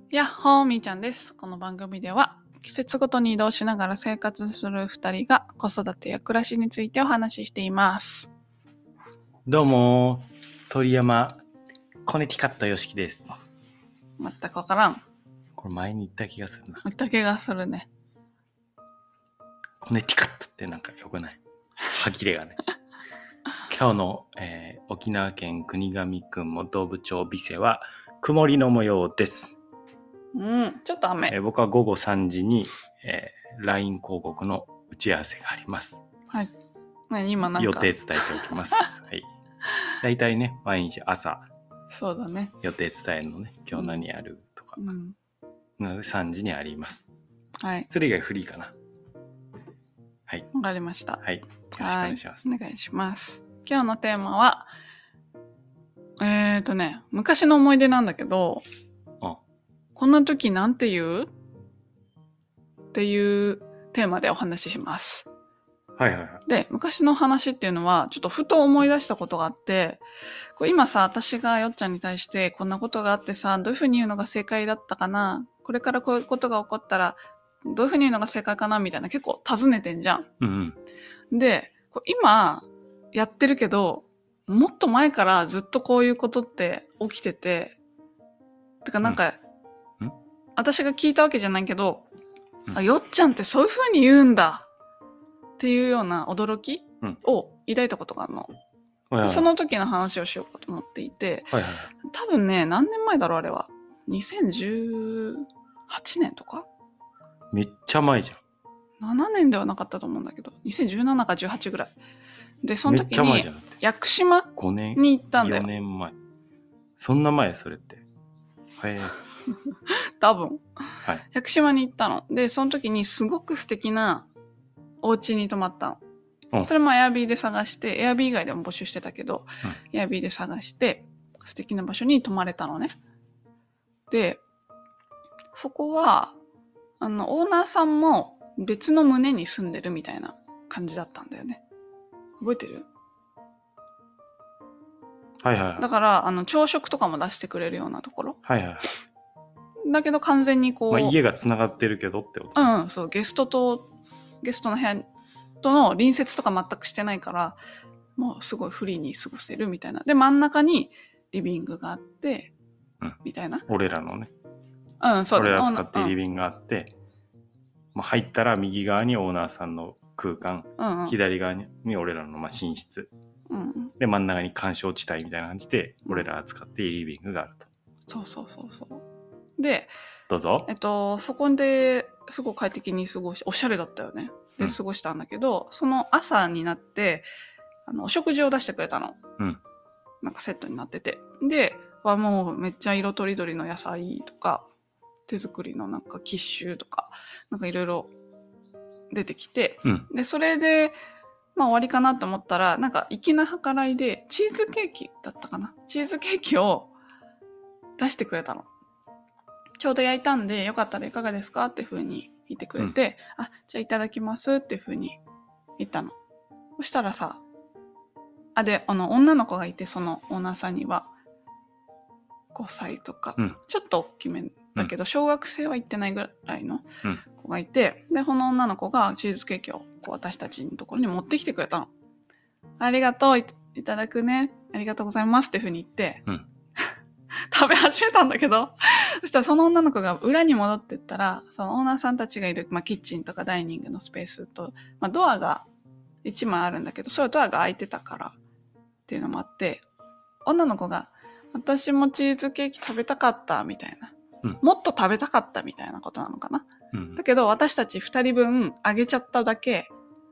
やっほーみーちゃんです。この番組では季節ごとに移動しながら生活する2人が子育てや暮らしについてお話ししています。 どうも鳥山コネティカットよしきです。 全くわからん。 これ前に言った気がするな。 言った気がするね。 コネティカットってなんかよくない？歯切れがね。今日の、沖縄県国頭郡本部町美瀬は曇りの模様です。 ちょっと雨。 僕は午後3時に、LINE 広告の打ち合わせがあります。 はい。今なんか予定伝えておきます。はい。だいたいね毎日朝。 そうだね。 予定伝えるのね。今日何やるとか。なので3時にあります。 はい。 それ以外フリーかな。はい。 わかりました。 はい。よろしくお願いします。 お願いします。今日のテーマは、昔の思い出なんだけど、こんな時なんて言う？っていうテーマでお話しします。 はいはいはい。 で、昔の話っていうのは、ちょっとふと思い出したことがあって、今さ、私がよっちゃんに対して、こんなことがあってさ、どういうふうに言うのが正解だったかな？これからこういうことが起こったら、どういうふうに言うのが正解かな？みたいな結構尋ねてんじゃん。 うんうん。で、今、やってるけど、もっと前からずっとこういうことって起きてて、てかなんか、私が聞いたわけじゃないけど、よっちゃんってそういう風に言うんだっていうような驚きを抱いたことがあるの。その時の話をしようかと思っていて、多分ね、何年前だろうあれは。2018年とか？ めっちゃ前じゃん。7年ではなかったと思うんだけど、2017か18ぐらい。で、その時に屋久島に行ったんだよ。 4年前。そんな前それって。 多分。はい。屋久島に行ったの。で、その時にすごく素敵なお家に泊まったの。それもエアビーで探して、エアビー以外でも募集してたけど、エアビーで探して、素敵な場所に泊まれたのね。で、そこは、オーナーさんも別の棟に住んでるみたいな感じだったんだよね。覚えてる？ はいはい。 だから、朝食とかも出してくれるようなところ。 はいはい。 だけど完全にこう。 家が繋がってるけどってこと？ そう、ゲストの部屋との隣接とか全くしてないから、もうすごいフリーに過ごせるみたいな。で、真ん中にリビングがあって、みたいな。 俺らのね。 そうだね。 俺ら使ってリビングがあって、入ったら右側にオーナーさんの空間、左側に俺らの寝室、で真ん中に緩衝地帯みたいな感じで、俺らが使ってリビングがあると。そう。で、 どうぞ。 そこですごい快適に過ごし、おしゃれだったよね。で、過ごしたんだけど、その朝になって、お食事を出してくれたの。なんかセットになってて。で、もうめっちゃ色とりどりの野菜とか、手作りのなんかキッシュとか、なんかいろいろ出てきて、で、それで、終わりかなと思ったら、なんか粋な計らいで、チーズケーキだったかな？チーズケーキを出してくれたの。ちょうど焼いたんで、よかったらいかがですかっていう風に言ってくれて、じゃあいただきますっていう風に言ったの。そしたらさ、で、女の子がいて、そのオーナーさんには、5歳とか、ちょっと大きめだけど、小学生は行ってないぐらいの子がいて、で、この女の子がチーズケーキを私たちのところに持ってきてくれたの。ありがとう、いただくね、ありがとうございますっていう風に言って、食べ始めたんだけど、そしたらその女の子が裏に戻ってったら、そのオーナーさんたちがいる、キッチンとかダイニングのスペースと、ドアが1枚あるんだけど、それドアが開いてたからっていうのもあって、女の子が、私もチーズケーキ食べたかったみたいな、もっと食べたかったみたいなことなのかな。だけど私たち2人分あげちゃっただけ、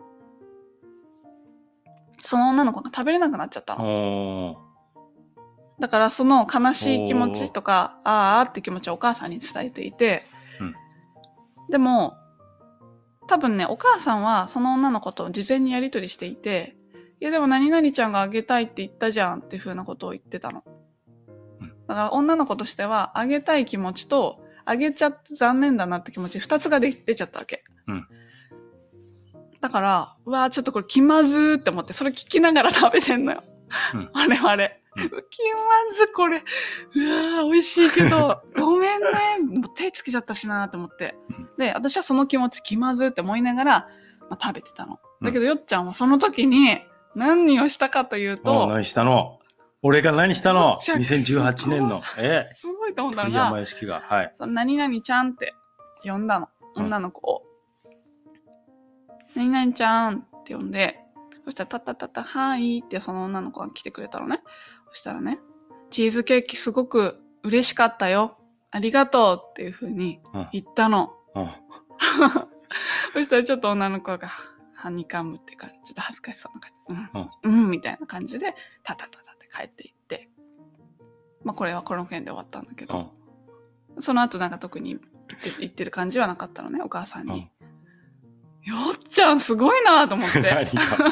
その女の子が食べれなくなっちゃったの。だからその悲しい気持ちとか、あーって気持ちをお母さんに伝えていて、でも、多分ね、お母さんはその女の子と事前にやり取りしていて、いやでも何々ちゃんがあげたいって言ったじゃんっていう風なことを言ってたの。だから女の子としては、あげたい気持ちと、あげちゃって残念だなって気持ち、2つが出ちゃったわけ。だから、ちょっとこれ気まずーって思って、それ聞きながら食べてんのよ。我々。 まずこれ、うわー美味しいけど、ごめんね。もう手つけちゃったしなと思って。で、私はその気持ち気まずって思いながら、食べてたの。だけど、よっちゃんはその時に何をしたかというと、 何したの？俺が何したの？ 2018 年の。 すごいと思ったのが、 鳥山よしきが、はい。 その何々ちゃんって呼んだの。女の子を。何々ちゃんって呼んで、そしたらタッタッタッタ、はいってその女の子が来てくれたのね。そしたらね、チーズケーキすごく嬉しかったよ。ありがとうっていう風に言ったの。そしたらちょっと女の子が、はにかむっていうか、ちょっと恥ずかしそうな感じ。みたいな感じで、タタタタって帰っていって。これはこの件で終わったんだけど、その後なんか特に言ってる感じはなかったのね、お母さんに。よっちゃんすごいなと思って。何が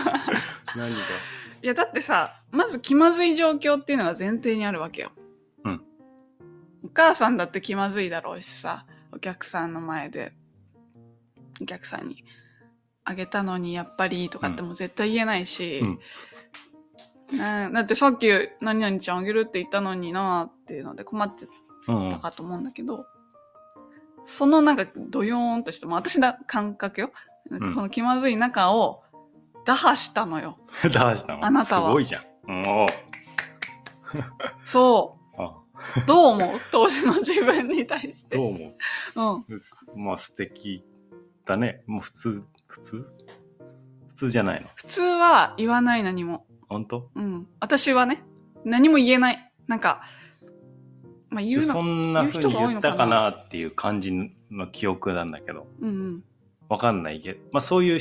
いやだってさ、まず気まずい状況っていうのが前提にあるわけよ。お母さんだって気まずいだろうしさ、お客さんの前でお客さんにあげたのにやっぱりとかっても絶対言えないし、だってさっき何々ちゃんあげるって言ったのになっていうので困ってたかと思うんだけど、そのなんかドヨーンとしても私の感覚よ、この気まずい中を打破したのよ。 打破したの？ あなたは。 すごいじゃん。 そう。どう思う？当時の自分に対して。 どう思う？素敵だね。もう普通じゃないの？ 普通は言わない、何も。 本当？ 私はね、何も言えない。なんか、 言うのそんな風に言ったかなっていう感じの記憶なんだけど。わかんないけど、そういう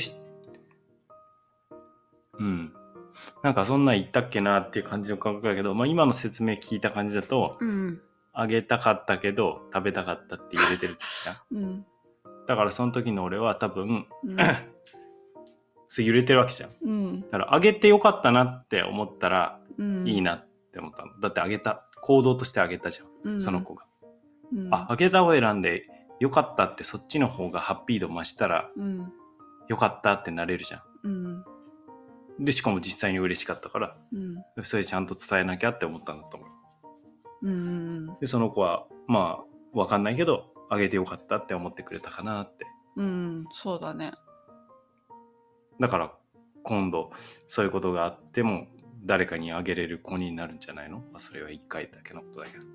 なんかそんなん言ったっけなっていう感じの感覚だけど、今の説明聞いた感じだと、あげたかったけど食べたかったって入れてるってじゃん。だからその時の俺は多分、そう揺れてるわけじゃん。だからあげてよかったなって思ったらいいなって思ったの。だってあげた、行動としてあげたじゃん、その子が。あげたを選んでよかったって、そっちの方がハッピー度増したら、よかったってなれるじゃん。でしかも実際に嬉しかったから、それちゃんと伝えなきゃって思ったんだと思う。でその子は分かんないけどあげてよかったって思ってくれたかなって。 そうだね。 だから今度そういうことがあっても誰かにあげれる子になるんじゃないの？それは1回だけのことだけど。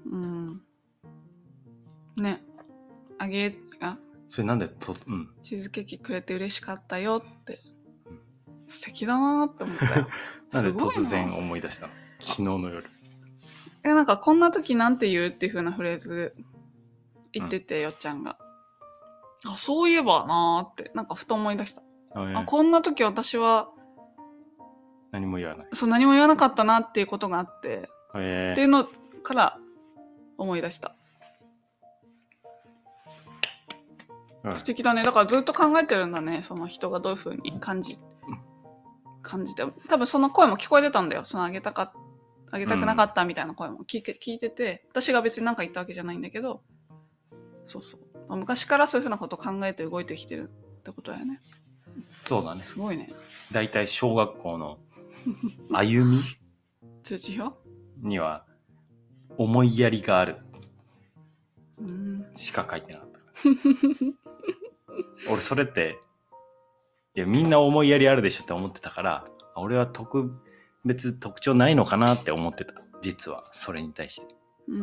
ね、それなんでチーズケーキくれて嬉しかったよって、素敵だなって思ったよ。 なんで突然思い出したの？昨日の夜。 なんかこんな時なんて言うっていう風なフレーズ言ってて、よっちゃんが。そういえばなーって、なんかふと思い出した。こんな時私は何も言わない。 何も言わなかったなっていうことがあって、っていうのから思い出した。素敵だね。だからずっと考えてるんだね。その人がどういう風に感じて、多分その声も聞こえてたんだよ。あげたくなかったみたいな声も聞いてて、私が別に何か言ったわけじゃないんだけど、昔からそういう風なことを考えて動いてきてるってことだよね。 そうだね。 すごいね。 だいたい小学校の歩み通知表には思いやりがあるしか書いてなかった。俺それってみんな思いやりあるでしょって思ってたから、俺は特徴ないのかなって思ってた。実はそれに対して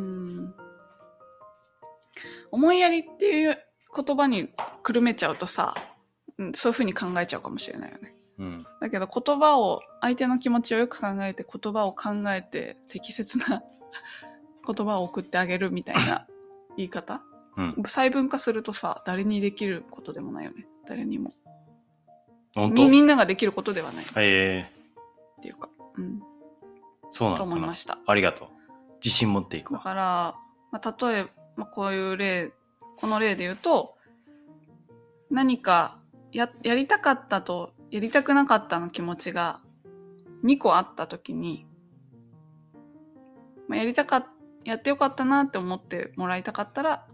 思いやりっていう言葉にくるめちゃうとさ、そういう風に考えちゃうかもしれないよね。だけど相手の気持ちをよく考えて、言葉を考えて適切な言葉を送ってあげるみたいな言い方、細分化するとさ、誰にできることでもないよね。誰にもみんなができることではない、っていうか、 そうなのかなと思いました。 ありがとう。自信持っていくわ。 だから、例えば、この例で言うと、何かやりたかったとやりたくなかったの気持ちが2個あったときに、やってよかったなって思ってもらいたかったら、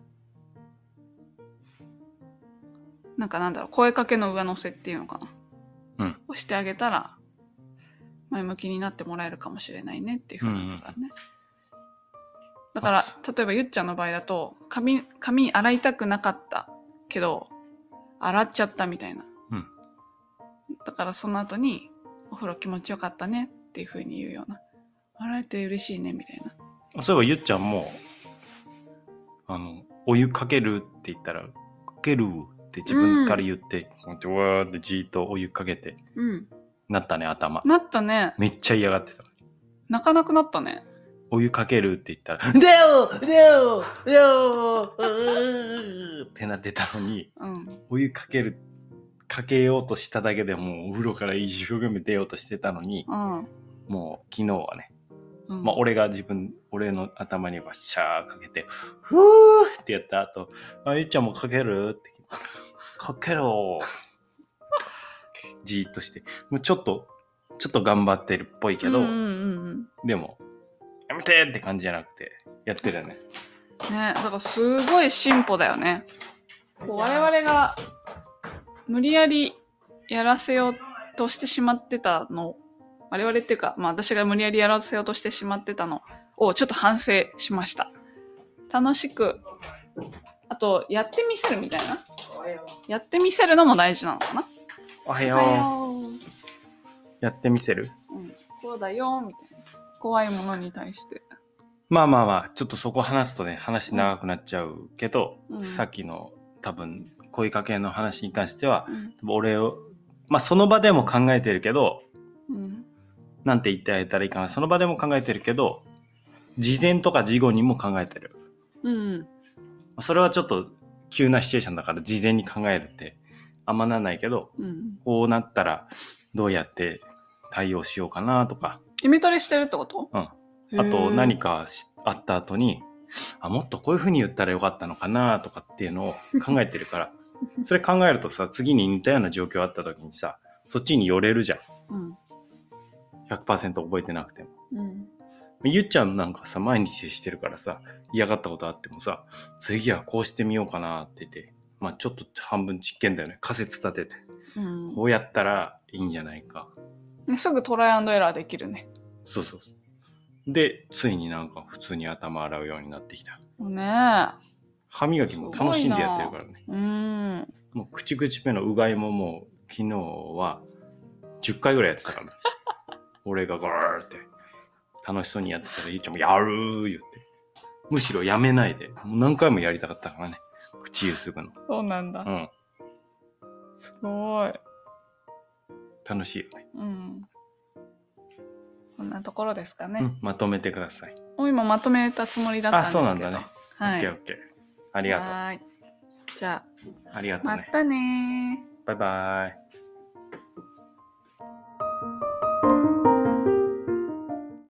声かけの上乗せっていうのかな、をしてあげたら、 前向きになってもらえるかもしれないねっていうふうなことだね。だから例えばゆっちゃんの場合だと髪洗いたくなかったけど洗っちゃったみたいな、だからその後にお風呂気持ちよかったねっていうふうに言うような、洗えて嬉しいねみたいな。 そういえばゆっちゃんもお湯かけるって言ったらかけるって自分から言って、わーってじーっとお湯かけて、なったね。頭なったね。 めっちゃ嫌がってた。 泣かなくなったね。 お湯かけるって言ったらでよってなってたのに、お湯かけようとしただけでもうお風呂から一生懸命出ようとしてたのに、もう昨日はね、俺の頭にバッシャーかけてふーってやった後、ゆっちゃんもかけるってかけろじーっとして、もうちょっと頑張ってるっぽいけど、でもやめてって感じじゃなくてやってるよね。 ね、だからすごい進歩だよね。我々が無理やりやらせようとしてしまってたの、我々っていうか、私が無理やりやらせようとしてしまってたのをちょっと反省しました。楽しく、あとやってみせるみたいな。やってみせるのも大事なのかな。 おはよう。やってみせる。 こうだよみたいな。怖いものに対して。 まあちょっとそこ話すとね話長くなっちゃうけど、さっきの多分声かけの話に関しては、俺をその場でも考えてるけど、なんて言ってあげたらいいかな。その場でも考えてるけど事前とか事後にも考えてる。それはちょっと急なシチュエーションだから事前に考えるってあんまならないけど、こうなったらどうやって対応しようかなとか。 イメトレしてるってこと？ あと何かあった後にもっとこういう風に言ったらよかったのかなとかっていうのを考えてるからそれ考えるとさ、次に似たような状況あった時にさ、そっちに寄れるじゃん。100% 覚えてなくても。ゆっちゃんなんかさ、毎日接してるからさ、嫌がったことあってもさ、次はこうしてみようかなって言って、ちょっと半分実験だよね。仮説立てて、こうやったらいいんじゃないか。 すぐトライアンドエラーできるね。 そうで、ついになんか普通に頭洗うようになってきた。 ねえ。 歯磨きも楽しんでやってるからね。もう口々目のうがいももう昨日は10回ぐらいやってたからね。俺がガーって楽しそうにやってたらゆうちゃんもやるー言って。むしろやめないで。もう何回もやりたかったからね。口ゆすぐの。 そうなんだ。すごい。 楽しいよね。 こんなところですかね。 まとめてください。 今まとめたつもりだったんですけど。 そうなんだね。オッケー。ありがとう。 じゃあ、 ありがとうね。 またね。 バイバイ。